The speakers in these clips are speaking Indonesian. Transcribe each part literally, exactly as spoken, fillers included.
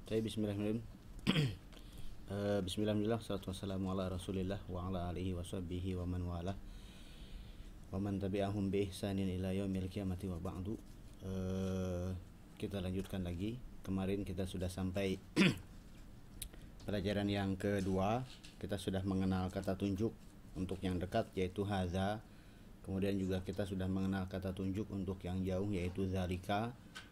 Saya bismillahirrahmanirrahim. Eh, Bismillahirrahmanirrahim. Salatu wassalamu ala Rasulillah wa ala alihi wa sahbihi wa man walah wa man tabi'ahum bi ihsanin ila yaumil qiyamati wa ba'du. Eh, kita lanjutkan lagi. Kemarin kita sudah sampai pelajaran yang kedua. Kita sudah mengenal kata tunjuk untuk yang dekat yaitu hadza. Kemudian juga kita sudah mengenal kata tunjuk untuk yang jauh yaitu zalika.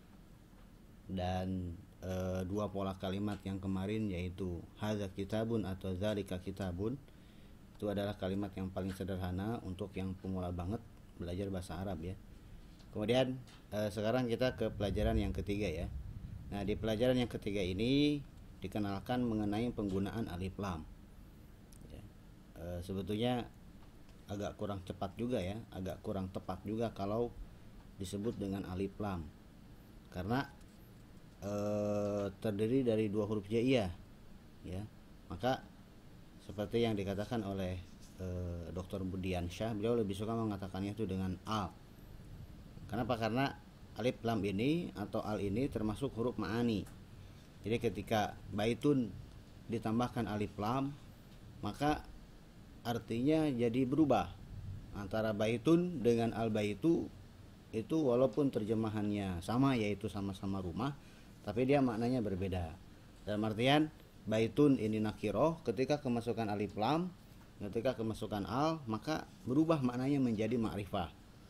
Dan e, dua pola kalimat yang kemarin yaitu hadza kitabun atau zalika kitabun itu adalah kalimat yang paling sederhana untuk yang pemula banget belajar bahasa Arab ya. Kemudian e, sekarang kita ke pelajaran yang ketiga ya. Nah, di pelajaran yang ketiga ini dikenalkan mengenai penggunaan alif lam ya. E, sebetulnya agak kurang cepat juga ya, agak kurang tepat juga kalau disebut dengan alif lam karena e, terdiri dari dua huruf jaiyah ya. Maka seperti yang dikatakan oleh e, doktor Budiansyah, beliau lebih suka mengatakannya itu dengan al. Kenapa? Karena alif lam ini atau al ini termasuk huruf ma'ani. Jadi ketika baitun ditambahkan alif lam, maka artinya jadi berubah antara baitun dengan al baitu. Itu walaupun terjemahannya sama yaitu sama-sama rumah, tapi dia maknanya berbeda. Dalam artian baitun ini nakiroh, ketika kemasukan alif lam, ketika kemasukan al, maka berubah maknanya menjadi ma'rifah.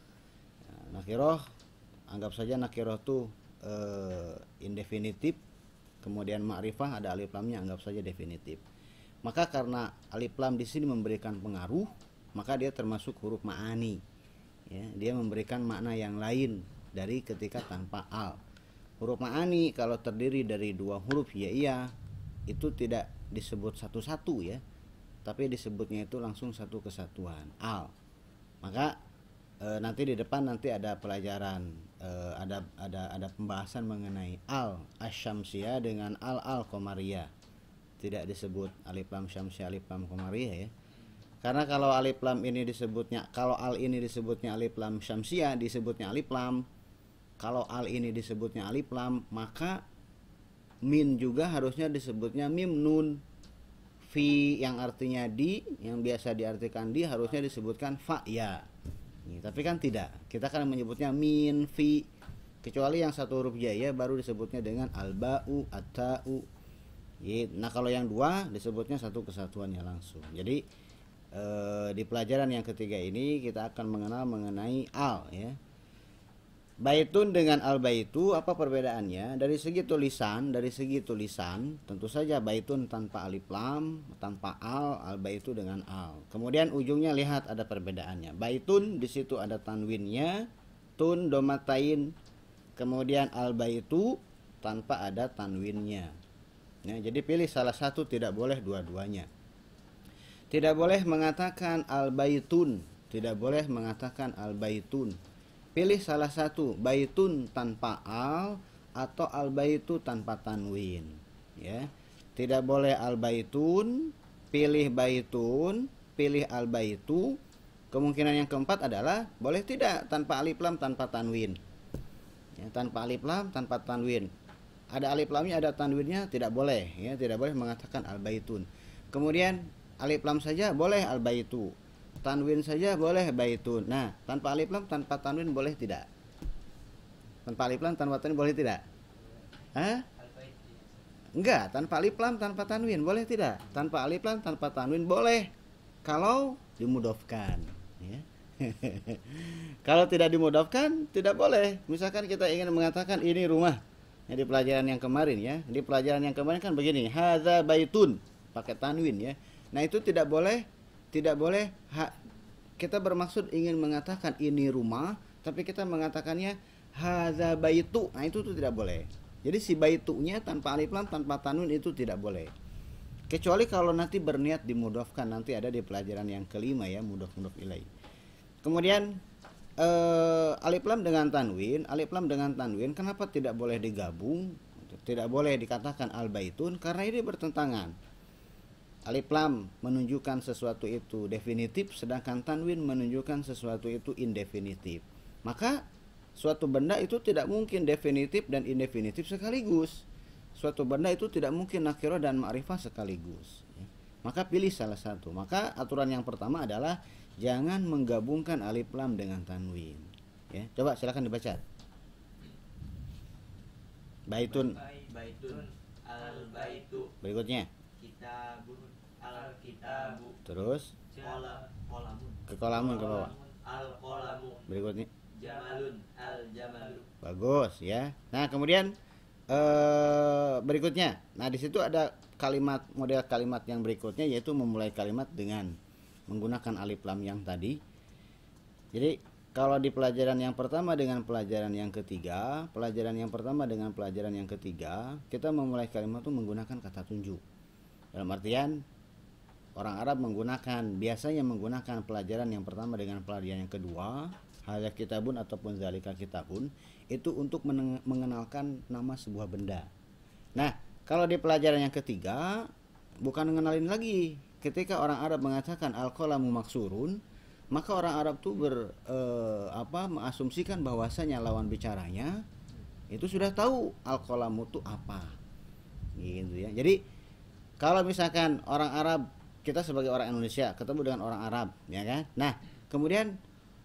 Nah, nakiroh, anggap saja nakiroh itu e, indefinitif, kemudian ma'rifah ada alif lamnya, anggap saja definitif. Maka karena alif lam di sini memberikan pengaruh, maka dia termasuk huruf ma'ani. Ya, dia memberikan makna yang lain dari ketika tanpa al. Huruf ma'ani kalau terdiri dari dua huruf ya iya itu tidak disebut satu-satu ya, tapi disebutnya itu langsung satu kesatuan al. Maka e, nanti di depan nanti ada pelajaran e, ada ada ada pembahasan mengenai al asyamsiyah dengan al al qamariyah. Tidak disebut alif lam syamsiyah alif lam qamariyah ya. Karena kalau alif lam ini disebutnya, kalau al ini disebutnya alif lam syamsiyah disebutnya alif lam. Kalau al ini disebutnya alif lam, maka min juga harusnya disebutnya mim nun. Fi yang artinya di, yang biasa diartikan di, harusnya disebutkan fa ya. Nih, tapi kan tidak. Kita kan menyebutnya min fi. Kecuali yang satu huruf jaya baru disebutnya dengan al-ba'u, at-ta'u. Nah, kalau yang dua disebutnya satu kesatuannya langsung. Jadi e, di pelajaran yang ketiga ini kita akan mengenal mengenai al ya. Baitun dengan al baitu, apa perbedaannya? Dari segi tulisan, dari segi tulisan tentu saja baitun tanpa alif lam, tanpa al, al baitu dengan al. Kemudian ujungnya lihat ada perbedaannya. Baitun di situ ada tanwinnya, tun domatain. Kemudian al baitu tanpa ada tanwinnya. Ya, jadi pilih salah satu, tidak boleh dua-duanya. Tidak boleh mengatakan al baitun, tidak boleh mengatakan al baitun. Pilih salah satu, baitun tanpa al atau al baitu tanpa tanwin ya. Tidak boleh al baitun, pilih baitun, pilih al baitu. Kemungkinan yang keempat adalah boleh tidak tanpa alif lam tanpa tanwin ya, tanpa alif lam tanpa tanwin. Ada alif lamnya ada tanwinnya tidak boleh ya, tidak boleh mengatakan al baitun. Kemudian alif lam saja boleh al baitu, tanwin saja boleh baitun. Nah, tanpa alif lam tanpa tanwin boleh tidak? Tanpa alif lam tanpa tanwin boleh tidak? Hah? Enggak, tanpa alif lam tanpa tanwin boleh tidak? Tanpa alif lam tanpa tanwin boleh kalau dimudofkan ya. Kalau tidak dimudofkan tidak boleh. Misalkan kita ingin mengatakan ini rumah ya, di pelajaran yang kemarin ya. Di pelajaran yang kemarin kan begini, hadza baitun pakai tanwin ya. Nah, itu tidak boleh. Tidak boleh ha, kita bermaksud ingin mengatakan ini rumah, tapi kita mengatakannya hadza baitu. Nah, itu tuh tidak boleh. Jadi si baitunya tanpa alif lam tanpa tanwin itu tidak boleh. Kecuali kalau nanti berniat dimudofkan, nanti ada di pelajaran yang kelima ya, mudhof-mudhof ilaih. Kemudian eh, alif lam dengan tanwin, alif lam dengan tanwin kenapa tidak boleh digabung? Tidak boleh dikatakan al baitun karena ini bertentangan. Alif lam menunjukkan sesuatu itu definitif, sedangkan tanwin menunjukkan sesuatu itu indefinitif. Maka suatu benda itu tidak mungkin definitif dan indefinitif sekaligus. suatu benda itu tidak mungkin nakirah dan ma'rifah sekaligus ya. Maka pilih salah satu. Maka aturan yang pertama adalah jangan menggabungkan alif lam dengan tanwin ya. Coba silakan dibaca. Baitun. Baitun. Al baitu. Berikutnya. Kitabun. Al kitabu. Terus. Kola. Kolamun. Ke kolamun ke bawah. Al kolamu. Berikutnya. Jamalun. Al jamalu. Bagus ya. Nah kemudian eh, berikutnya. Nah di situ ada kalimat model kalimat yang berikutnya yaitu memulai kalimat dengan menggunakan alif lam yang tadi. Jadi kalau di pelajaran yang pertama dengan pelajaran yang ketiga, pelajaran yang pertama dengan pelajaran yang ketiga, kita memulai kalimat itu menggunakan kata tunjuk. Dalam artian orang Arab menggunakan biasanya menggunakan pelajaran yang pertama dengan pelajaran yang kedua, hadza kitabun ataupun zalika kitabun, itu untuk mengenalkan nama sebuah benda. Nah, kalau di pelajaran yang ketiga bukan mengenalin lagi. Ketika orang Arab mengatakan al-qalamu maksurun, maka orang Arab tuh ber eh, apa mengasumsikan bahwasanya lawan bicaranya itu sudah tahu al-qalamu itu apa. Gitu ya. Jadi kalau misalkan orang Arab, kita sebagai orang Indonesia ketemu dengan orang Arab, ya kan? Nah, kemudian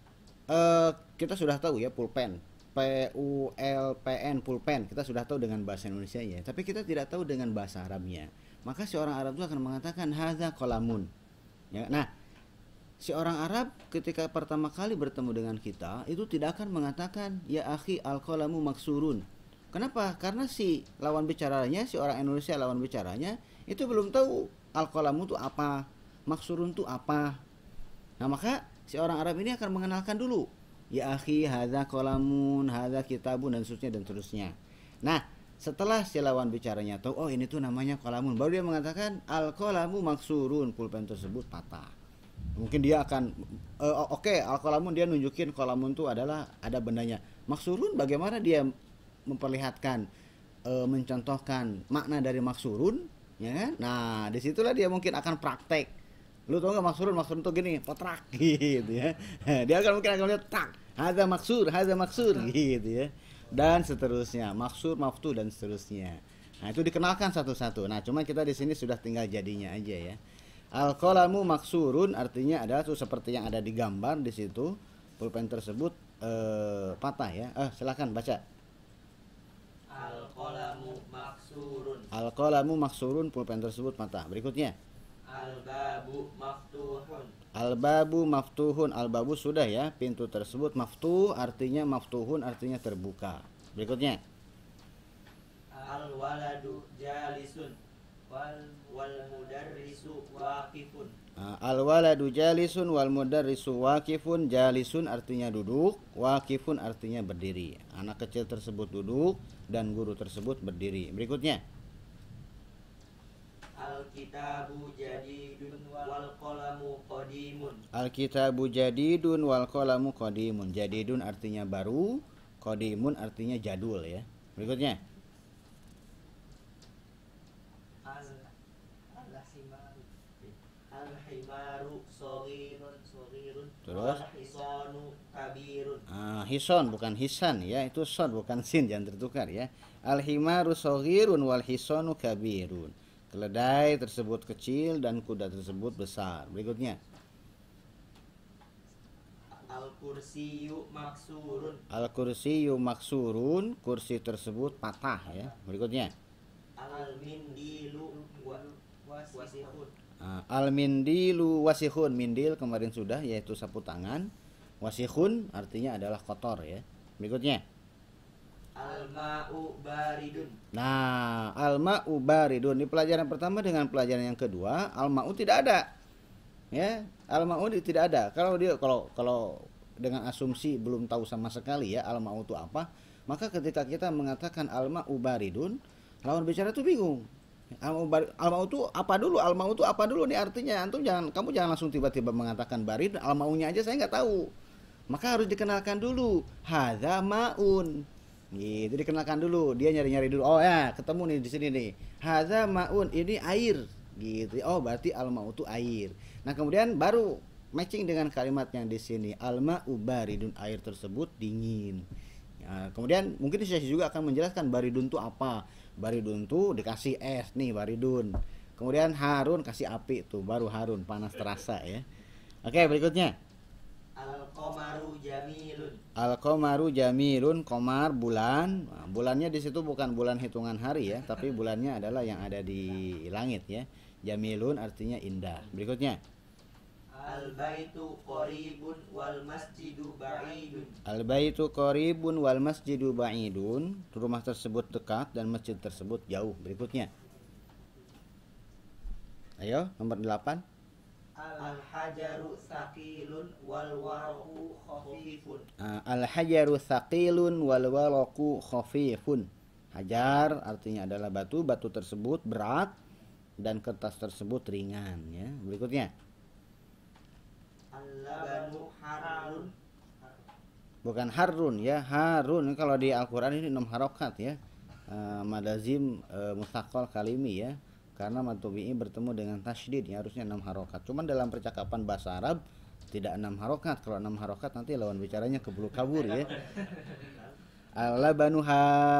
eh, kita sudah tahu ya pulpen, P U L P N, pulpen, kita sudah tahu dengan bahasa Indonesia ya, tapi kita tidak tahu dengan bahasa Arabnya. Maka si orang Arab itu akan mengatakan hadza qalamun. Ya, nah, si orang Arab ketika pertama kali bertemu dengan kita itu tidak akan mengatakan ya akhi al-qalamu maksurun. Kenapa? Karena si lawan bicaranya, si orang Indonesia lawan bicaranya itu belum tahu al-qalamu itu apa, maksurun itu apa. Nah, maka si orang Arab ini akan mengenalkan dulu ya akhi hadza qalamun, hadza kitabun dan seterusnya dan seterusnya. Nah, setelah si lawan bicaranya tahu oh ini tuh namanya qalamun, baru dia mengatakan al-qalamu maksurun, pulpen tersebut patah. Mungkin dia akan uh, oke okay, al-qalamun, dia nunjukin qalamun itu adalah ada bendanya. Maksurun bagaimana dia memperlihatkan uh, mencontohkan makna dari maksurun, ya kan? Nah, disitulah dia mungkin akan praktek. Lu tau gak maksurun? Maksurun tuh gini, potrak gitu ya. Dia akan mungkin akan lihat tak, hadza maksur, hadza maksur gitu ya. Dan seterusnya, maksur, maftu dan seterusnya. Nah, itu dikenalkan satu-satu. Nah, cuma kita di sini sudah tinggal jadinya aja ya. Al-qalamu maksurun artinya adalah tuh seperti yang ada di gambar di situ. Pulpen tersebut eh, patah ya. Eh, silakan baca. Al-qalamu maksurun. Al-qalamu maksurun, pulpen tersebut patah. Berikutnya. Al-babu maftuhun. Al-babu maftuhun. Al-babu sudah ya, pintu tersebut. Maftuh artinya maftuhun artinya terbuka. Berikutnya. Al-waladu jalisun wal wal mudarrisu waqifun. Al-waladu jalisun wal mudarrisu waqifun. Jalisun artinya duduk, waqifun artinya berdiri. Anak kecil tersebut duduk dan guru tersebut berdiri. Berikutnya. Al-kitabu jadidun wal qalamu qadimun. Al-kitabu jadidun wal qalamu qadimun. Jadidun artinya baru, qadimun artinya jadul ya. Berikutnya. Al-himaru Al-himaru shaghirun shaghirun. Terus? Al-hisanu kabirun. Ah, hison bukan hisan ya, itu sod bukan sin, jangan tertukar ya. Al-himaru shaghirun wal hisanu kabirun. Keledai tersebut kecil dan kuda tersebut besar. Berikutnya. Al-kursiyu maksurun. Al-kursiyu maksurun, kursi tersebut patah ya. Berikutnya. Al-mindilu wasihun. Ah, al-mindilu wasihun, mindil kemarin sudah yaitu sapu tangan. Wasihun artinya adalah kotor ya. Berikutnya. Al-ma'u baridun. Nah, al-ma'u baridun. Di pelajaran pertama dengan pelajaran yang kedua, al-ma'u tidak ada. Ya, al-ma'u tidak ada. Kalau dia kalau kalau dengan asumsi belum tahu sama sekali ya al-ma'u itu apa, maka ketika kita mengatakan al-ma'u baridun, lawan bicara itu bingung. Al-ma'u itu apa dulu? Al-ma'u itu apa dulu nih artinya? Antum jangan kamu jangan langsung tiba-tiba mengatakan barid, al-ma'unya aja saya nggak tahu. Maka harus dikenalkan dulu. Hadza ma'un. Gitu, dikenalkan dulu. Dia nyari-nyari dulu. Oh ya, ketemu nih di sini nih. Hadza ma'un, ini air. Gitu. Oh, berarti al-ma'u itu air. Nah, kemudian baru matching dengan kalimat yang di sini. Al-ma'u baridun, air tersebut dingin. Nah, kemudian mungkin saya juga akan menjelaskan baridun itu apa. Baridun itu dikasih es nih baridun. Kemudian harun kasih api tuh baru harun panas terasa ya. Oke, berikutnya. Al-qamaru jamilun. Al-qamaru jamilun, qamar bulan. Nah, bulannya di situ bukan bulan hitungan hari ya, tapi bulannya adalah yang ada di langit ya. Jamilun artinya indah. Berikutnya. Al-baitu qaribun wal masjidu ba'idun. Al-baitu qaribun wal masjidu ba'idun. Rumah tersebut dekat dan masjid tersebut jauh. Berikutnya. Ayo, nomor delapan. Al-hajaru thaqilun wal waraqu khafifun. Uh, Al-hajaru thaqilun wal waraqu khafifun. Hajar artinya adalah batu, batu tersebut berat dan kertas tersebut ringan ya. Berikutnya. Al-labanu harun. Bukan harun ya, harun kalau di Al-Qur'an ini enam harokat ya. Uh, madazim uh, mustaqal kalimi ya. Karena matubi'i bertemu dengan tasydid ya, harusnya enam harokat. Cuman dalam percakapan bahasa Arab tidak enam harokat. Kalau enam harokat nanti lawan bicaranya keburu kabur ya. Al-labanu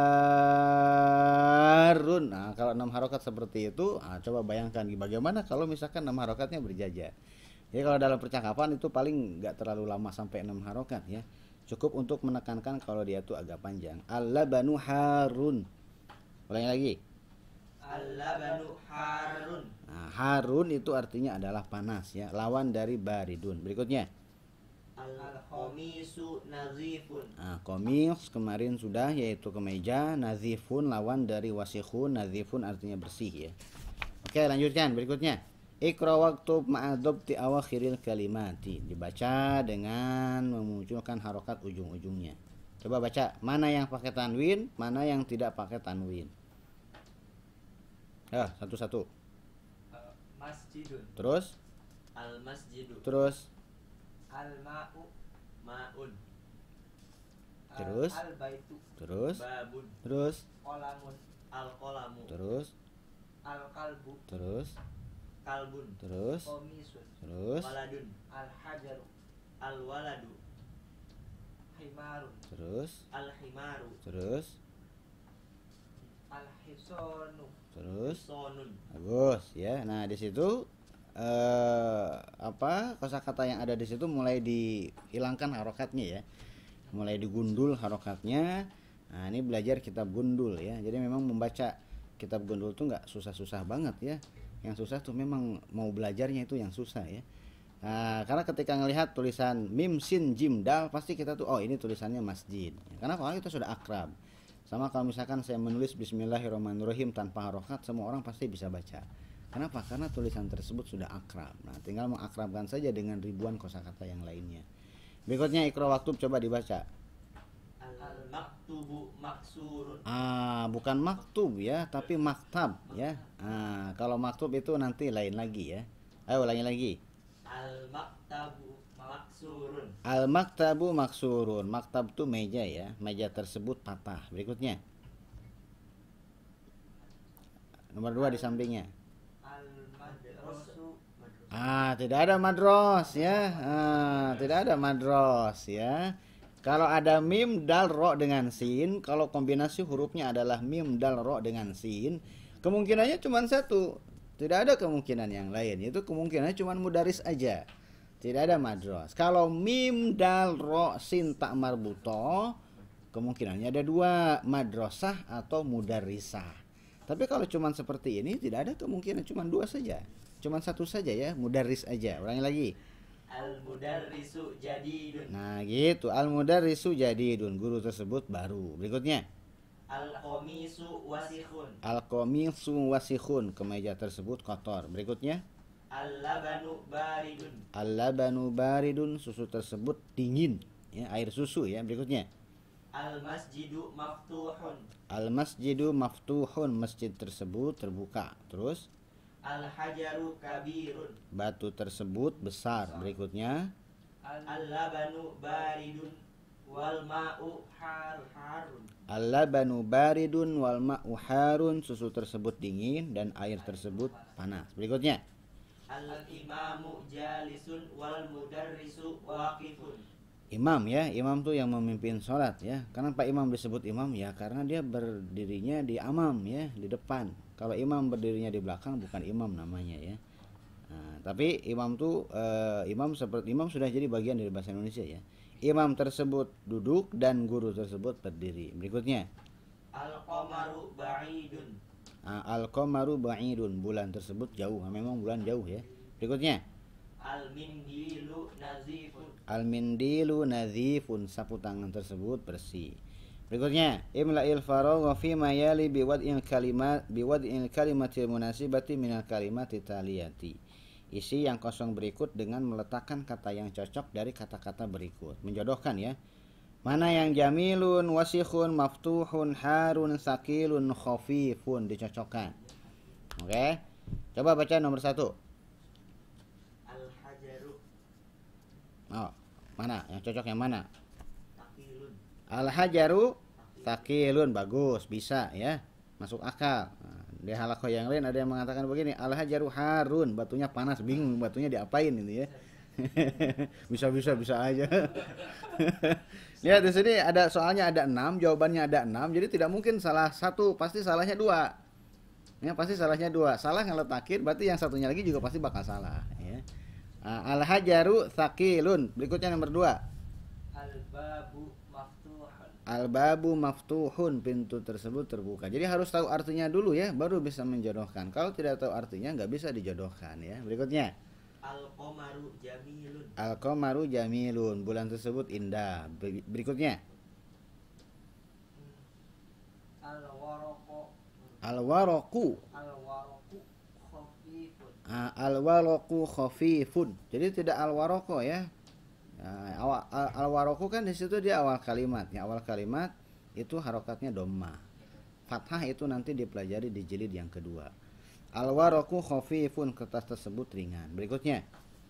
harun. Nah, kalau enam harokat seperti itu, nah, coba bayangkan bagaimana kalau misalkan enam harokatnya berjajar. Jadi kalau dalam percakapan itu paling nggak terlalu lama sampai enam harokat ya. Cukup untuk menekankan kalau dia tuh agak panjang. Al-labanu harun. Ulangi lagi. Al-labanu harun. Nah, harun itu artinya adalah panas ya, lawan dari baridun. Berikutnya. Al-khamisu nazifun. Nah, komis kemarin sudah yaitu kemeja, nazifun lawan dari wasikhun, nazifun artinya bersih ya. Oke, lanjutkan berikutnya. Iqra waktub ma'adobti awakhiril kalimati. Dibaca dengan memunculkan harokat ujung-ujungnya. Coba baca, mana yang pakai tanwin, mana yang tidak pakai tanwin. Ah, satu-satu. Uh, masjidun. Terus? Al-masjidu. Terus? Al-ma'u. Ma'un. Terus? Al-baitu. Terus? Babun. Terus? Qalamun. Al-qalamu. Terus? Al-qalbu. Terus? Kalbun. Terus? Qamisun. Terus? Waladun. Al-hajaru. Al-waladu. Himarun. Terus? Al-himaru. Terus? Al-hisonu. Terus? Sonun. Bagus ya. Nah, di situ eh, apa kosakata yang ada di situ mulai dihilangkan harokatnya ya. Mulai digundul harokatnya. Nah, ini belajar kitab gundul ya. Jadi memang membaca kitab gundul tuh nggak susah-susah banget ya. Yang susah tuh memang mau belajarnya itu yang susah ya. Nah, karena ketika ngelihat tulisan mim sin jim dal pasti kita tuh oh ini tulisannya masjid. Kenapa? Karena kita sudah akrab. Sama kalau misalkan saya menulis bismillahirrahmanirrahim tanpa harokat, semua orang pasti bisa baca. Kenapa? Karena tulisan tersebut sudah akrab. Nah, tinggal mengakrabkan saja dengan ribuan kosakata yang lainnya. Berikutnya Iqra waktub, coba dibaca. Al-maktubu maksurun. Ah, bukan maktub ya, tapi maktab ya. Ah, kalau maktub itu nanti lain lagi ya. Ayo ulangi lagi. Al-maktabu maksurun. Al-maktabu maksurun. Maktab itu meja ya. Meja tersebut patah. Berikutnya. Nomor dua di sampingnya. Al-madrasu. Ah, tidak ada madros ya. Ah, tidak ada madros ya. Kalau ada mim dal ro dengan sin, kalau kombinasi hurufnya adalah mim dal ro dengan sin, kemungkinannya cuma satu. Tidak ada kemungkinan yang lain. Itu kemungkinannya cuma mudaris aja. Tidak ada madros. Kalau mim dal ro sin tak marbuto, kemungkinannya ada dua, madrosah atau mudarisah. Tapi kalau cuma seperti ini tidak ada kemungkinan, cuma dua saja. Cuma satu saja ya, mudaris aja. Ulangi lagi. Al-mudarrisu jadidun. Nah gitu, al-mudarrisu jadidun, guru tersebut baru. Berikutnya. Al-qamisu wasikhun. Al-qamisu wasikhun, kemeja tersebut kotor. Berikutnya. Al-labanu baridun. Al-labanu baridun, susu tersebut dingin ya, air susu ya. Berikutnya. Al-masjidu maftuhun. Al-masjidu maftuhun, masjid tersebut terbuka. Terus. Al-hajaru kabirun. Batu tersebut besar. Berikutnya. Al-labanu baridun wal ma'u harun. Al-labanu baridun wal ma'u harun, susu tersebut dingin dan air tersebut panas. Berikutnya. Al-imamu jalisun wal mudarrisu waqifun. Imam ya, imam tuh yang memimpin sholat ya. Kenapa imam disebut imam ya? Karena dia berdirinya di amam ya, di depan. Kalau imam berdirinya di belakang bukan imam namanya ya. Nah, tapi imam tuh eh, imam seperti imam sudah jadi bagian dari bahasa Indonesia ya. Imam tersebut duduk dan guru tersebut berdiri. Berikutnya. Al-qamaru ba'idun. Nah, al-qamaru ba'idun, bulan tersebut jauh. Nah, memang bulan jauh ya. Berikutnya. Al-mindilu nazifun. Al-mindilu nazifun, sapu tangan tersebut bersih. Berikutnya, imla'il faragha fi ma yali biwad'il kalimat biwad'il kalimatil munasibati minal kalimati taliyati. Isi yang kosong berikut dengan meletakkan kata yang cocok dari kata-kata berikut. Menjodohkan ya. Mana yang jamilun, wasikhun, maftuhun, harun, sakilun, khafifun, dicocokkan. Oke. Coba baca nomor satu. Oh, mana? Yang cocok yang mana? Takilun. Al-hajaru takilun, bagus, bisa ya. Masuk akal. Nah, di halakoh yang lain ada yang mengatakan begini, al-hajaru harun, batunya panas, bingung batunya diapain ini ya. Bisa-bisa bisa aja. Lihat di sini ada soalnya ada enam, jawabannya ada enam, jadi tidak mungkin salah satu, pasti salahnya dua. Ya, pasti salahnya dua. Salah ngeletakin, berarti yang satunya lagi juga pasti bakal salah ya. Al-hajaru thaqilun. Berikutnya nomor dua. Al-babu maftuhun. Al-babu maftuhun, pintu tersebut terbuka. Jadi harus tahu artinya dulu ya, baru bisa menjodohkan. Kalau tidak tahu artinya nggak bisa dijodohkan ya. Berikutnya. Al-qamaru jamilun. Al-qamaru jamilun, bulan tersebut indah. Berikutnya. Al-waraqu. Al-waraqu. Al-waraqu khafifun. Al-waraqu khafifun. Jadi tidak al-waraqu ya. Nah, al-waraqu kan di situ dia awal kalimat. Ya, awal kalimat itu harokatnya dhammah. Fathah itu nanti dipelajari di jilid yang kedua. Al-waraqu khafifun, kertas tersebut ringan. Berikutnya.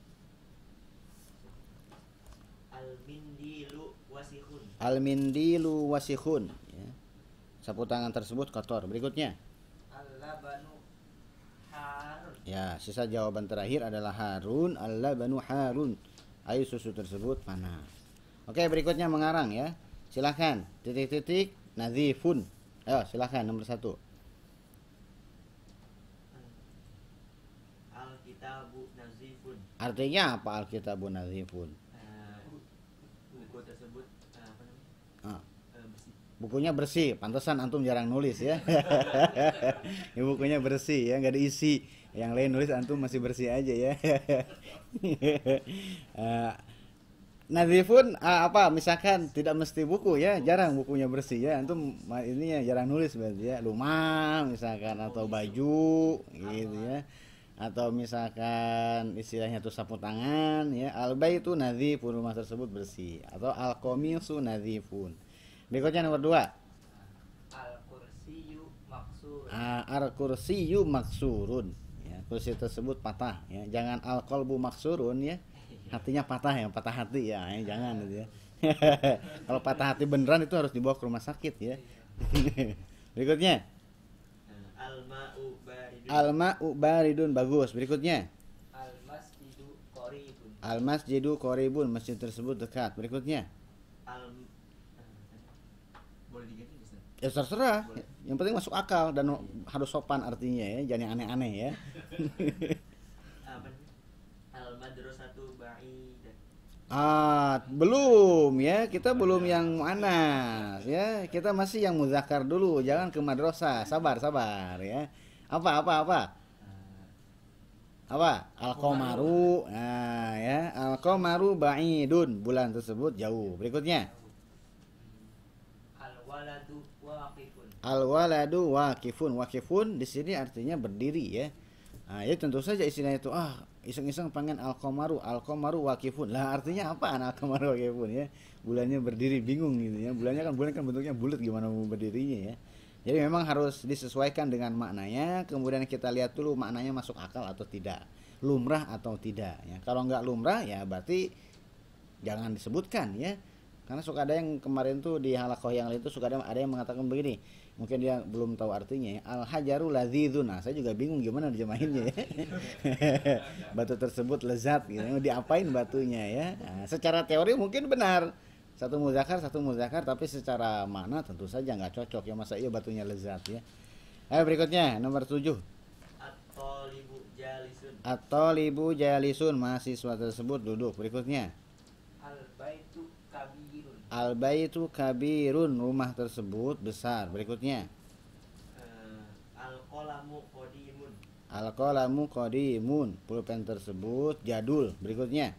Al-mindilu wasikhun. Al-mindilu wasikhun ya. Sapu tangan tersebut kotor. Berikutnya. Al-labanu harun. Ya, sisa jawaban terakhir adalah harun. Al-labanu harun. Air susu tersebut panas. Oke, berikutnya mengarang ya. Silahkan. Titik-titik nazifun. Ayo, silahkan nomor satu. Al-kitabu nazifun. Artinya apa al-kitabu nazifun? Uh, buku tersebut uh, apa namanya? Ah. Uh, bersih. Bukunya bersih. Pantesan antum jarang nulis ya. Ya, bukunya bersih ya, nggak diisi. Yang lain nulis, antum masih bersih aja ya. uh, Nazifun uh, apa? Misalkan tidak mesti buku ya, jarang bukunya bersih ya. Antum ini ya jarang nulis berarti ya. Rumah misalkan atau baju gitu ya. Atau misalkan istilahnya tuh sapu tangan ya. Al-baitu nazifun, rumah tersebut bersih. Atau al-qamisu nazifun. Berikutnya nomor dua. Al-kursiyu maksurun. Uh, al-kursiyu maksurun. Kursi tersebut patah ya. Jangan al-qalbu maksurun ya. Hatinya patah ya, patah hati ya, ya jangan gitu ya. Kalau patah hati beneran itu harus dibawa ke rumah sakit ya. Berikutnya. Al-ma'u baridun. Al-ma'u baridun, bagus. Berikutnya. Al-masjidu qaribun. Al-masjidu qaribun, masjid tersebut dekat. Berikutnya. Al Boleh diganti Ustaz? Ya terserah. Boleh. Yang penting masuk akal dan harus sopan artinya ya, jangan yang aneh-aneh ya. Apa nih? Al-madrasatu ba'idah. Ah, belum ya, kita belum yang mana ya, kita masih yang muzakkar dulu, jangan ke madrasah. Sabar, sabar ya. Apa apa apa? Apa? Al-qamaru. Nah, ya, al-qamaru ba'idun, bulan tersebut jauh. Berikutnya. Al-waladu waqifun. Al-waladu waqifun. Waqifun di sini artinya berdiri ya. Nah, ya tentu saja istilahnya itu ah iseng-iseng pengen al-qamaru, al-qamaru waqifun. Lah artinya apa al-qamaru waqifun ya? Bulannya berdiri, bingung gitu ya. Bulannya kan bulan kan bentuknya bulat, gimana mau berdirinya ya. Jadi memang harus disesuaikan dengan maknanya, kemudian kita lihat dulu maknanya masuk akal atau tidak, lumrah atau tidak ya. Kalau nggak lumrah ya berarti jangan disebutkan ya. Karena suka ada yang kemarin tuh di halakoh yang lain tuh suka ada, ada yang mengatakan begini, mungkin dia belum tahu artinya ya. Al hajaru ladzizun. Nah, saya juga bingung gimana dijemahinnya ya. Batu tersebut lezat gitu. Diapain batunya ya? Nah, secara teori mungkin benar. Satu muzakar, satu muzakar, tapi secara makna tentu saja nggak cocok ya, masa iya batunya lezat ya. Ayo berikutnya nomor tujuh. At-talibu jalisun. At-talibu jalisun, mahasiswa tersebut duduk. Berikutnya. Al-baitu kabirun. Al-baitu kabirun, rumah tersebut besar. Berikutnya. Uh, Al-qalamu qadimun. Al-qalamu qadimun, pulpen tersebut jadul. Berikutnya.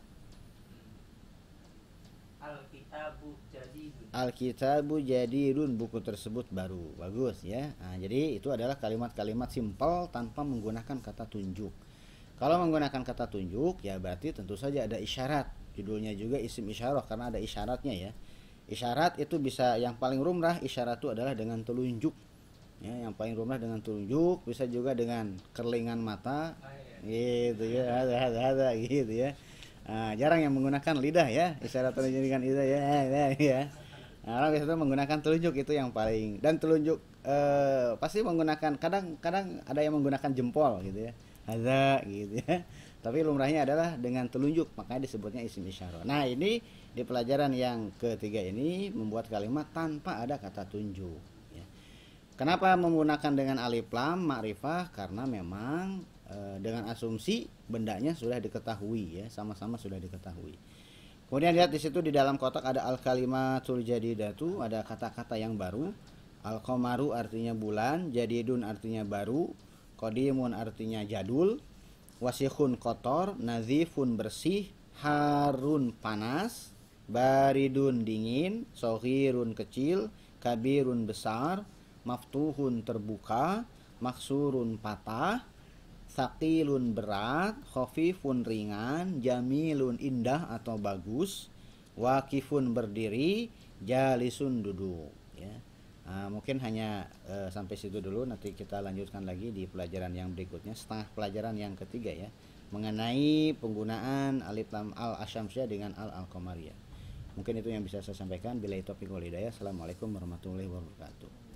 Al-kitabu jadidun. Al-kitabu jadidun, buku tersebut baru. Bagus ya. Nah, jadi itu adalah kalimat-kalimat simpel tanpa menggunakan kata tunjuk. Kalau menggunakan kata tunjuk ya berarti tentu saja ada isyarat. Judulnya juga isim isyarah karena ada isyaratnya ya. Isyarat itu bisa, yang paling rumrah isyarat itu adalah dengan telunjuk. Ya, yang paling rumrah dengan telunjuk, bisa juga dengan kerlingan mata. Gitu ya, ada-ada gitu ya. Nah, jarang yang menggunakan lidah ya, isyarat telunjuk dengan lidah ya, ya, ya. Nah, orang biasanya menggunakan telunjuk, itu yang paling, dan telunjuk eh, pasti menggunakan, kadang-kadang ada yang menggunakan jempol gitu ya, hadza gitu ya. Tapi lumrahnya adalah dengan telunjuk, makanya disebutnya isim isyarah. Nah, ini di pelajaran yang ketiga ini membuat kalimat tanpa ada kata tunjuk. Ya. Kenapa menggunakan dengan alif lam ma'rifah? Karena memang dengan asumsi bendanya sudah diketahui ya, sama-sama sudah diketahui. Kemudian lihat di situ di dalam kotak ada al kalimatul jadidatu, ada kata-kata yang baru. Al qamaru artinya bulan, jadidun artinya baru, qadimun artinya jadul, wasikhun kotor, nazifun bersih, harun panas, baridun dingin, soghirun kecil, kabirun besar, maftuhun terbuka, maksurun patah, saqilun berat, khafifun ringan, jamilun indah atau bagus, waqifun berdiri, jalisun duduk ya. Nah, mungkin hanya e, sampai situ dulu, nanti kita lanjutkan lagi di pelajaran yang berikutnya, setengah pelajaran yang ketiga ya, mengenai penggunaan alif lam al asyamsiyah dengan al al-qamariyah. Mungkin itu yang bisa saya sampaikan. Billahi taufiq wal hidayah. Assalamualaikum warahmatullahi wabarakatuh.